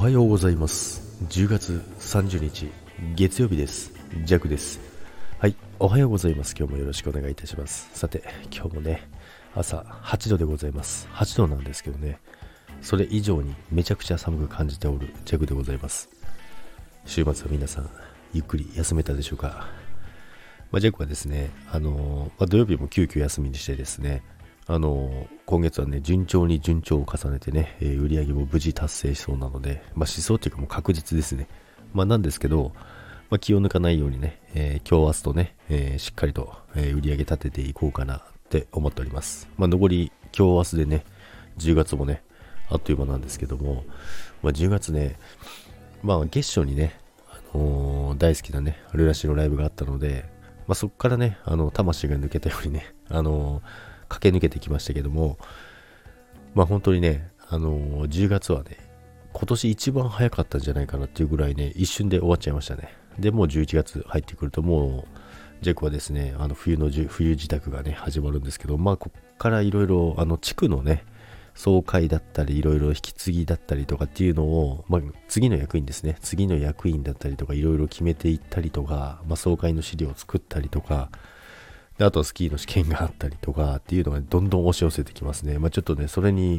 はようございます。10月30日月曜日です。ジャクです。はい、おはようございます。今日もよろしくお願いいたします。さて、今日もね、朝8度でございます。8度なんですけどね、それ以上にめちゃくちゃ寒く感じておるジャクでございます。週末は皆さんゆっくり休めたでしょうか。ジャクはですね、土曜日も急遽休みにしてですね、今月はね、順調に順調を重ねてね、売り上げも無事達成しそうなので、しそうっていうかもう確実ですね。なんですけど、気を抜かないようにね、今日明日とね、しっかりと、売り上げ立てていこうかなって思っております。残り今日明日でね、10月もね、あっという間なんですけども、10月ね、月初にね、大好きなね、ルラシのライブがあったので、そこからね、魂が抜けたようにね、駆け抜けてきましたけども、本当にね、10月はね、今年一番早かったんじゃないかなっていうぐらいね、一瞬で終わっちゃいましたね。で、もう11月入ってくると、もう、ジェクはですね、冬支度がね、始まるんですけど、ここからいろいろ、地区のね、総会だったり、いろいろ引き継ぎだったりとかっていうのを、次の役員ですね、次の役員だったりとか、いろいろ決めていったりとか、総会の資料を作ったりとか、であとはスキーの試験があったりとかっていうのがどんどん押し寄せてきますね。ちょっとね、それに、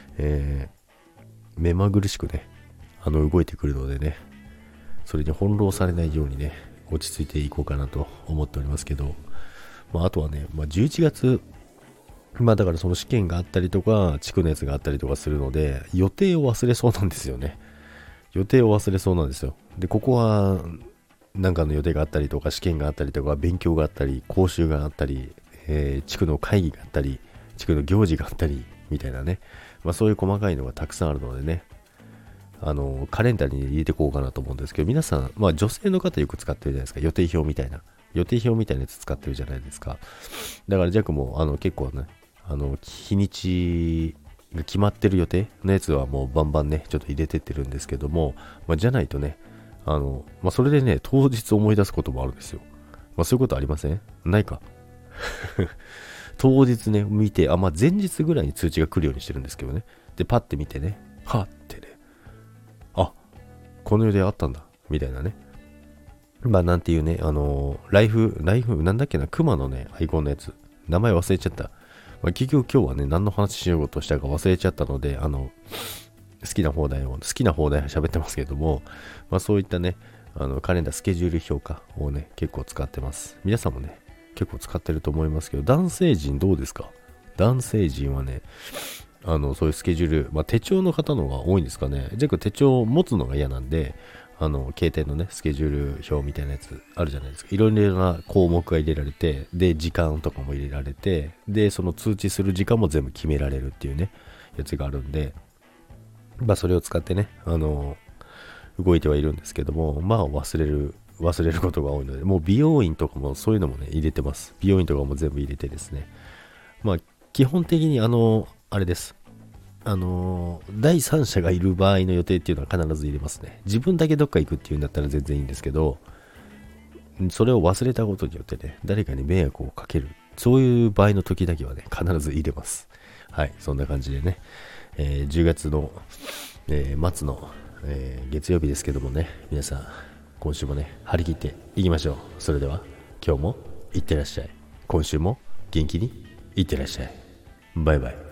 目まぐるしくね、動いてくるのでね、それに翻弄されないようにね、落ち着いていこうかなと思っておりますけど、あとはね、11月、だからその試験があったりとか、地区のやつがあったりとかするので、予定を忘れそうなんですよね。予定を忘れそうなんですよ。で、ここは、なんかの予定があったりとか、試験があったりとか、勉強があったり、講習があったり、地区の会議があったり、地区の行事があったり、みたいなね。そういう細かいのがたくさんあるのでね、カレンダーに入れていこうかなと思うんですけど、皆さん、女性の方よく使ってるじゃないですか。予定表みたいなやつ使ってるじゃないですか。だからジャックも、結構ね、日にちが決まってる予定のやつはもうバンバンね、ちょっと入れてってるんですけども、じゃないとね、それでね、当日思い出すこともあるんですよ。そういうことありません？ないか。当日ね、見て、前日ぐらいに通知が来るようにしてるんですけどね。で、パッて見てね、はってね、この予定あったんだ、みたいなね。なんていうね、ライフ、なんだっけな、熊のね、アイコンのやつ。名前忘れちゃった。結局今日はね、何の話しようとしたか忘れちゃったので、好きな放題喋ってますけれども、そういったね、カレンダー、スケジュール評価をね、結構使ってます。皆さんもね、結構使ってると思いますけど、男性陣どうですか？男性陣はね、そういうスケジュール、手帳の方の方が多いんですかね。ジャック手帳を持つのが嫌なんで、携帯のね、スケジュール表みたいなやつあるじゃないですか。いろいろな項目が入れられて、で、時間とかも入れられて、で、その通知する時間も全部決められるっていうね、やつがあるんで、それを使ってね、動いてはいるんですけども、忘れることが多いので、もう美容院とかもそういうのもね、入れてます。美容院とかも全部入れてですね。基本的にあれです。第三者がいる場合の予定っていうのは必ず入れますね。自分だけどっか行くっていうんだったら全然いいんですけど、それを忘れたことによってね、誰かに迷惑をかける。そういう場合の時だけはね、必ず入れます。はい、そんな感じでね、10月の、末の、月曜日ですけどもね、皆さん、今週もね、張り切っていきましょう。それでは、今日もいってらっしゃい。今週も元気にいってらっしゃい。バイバイ。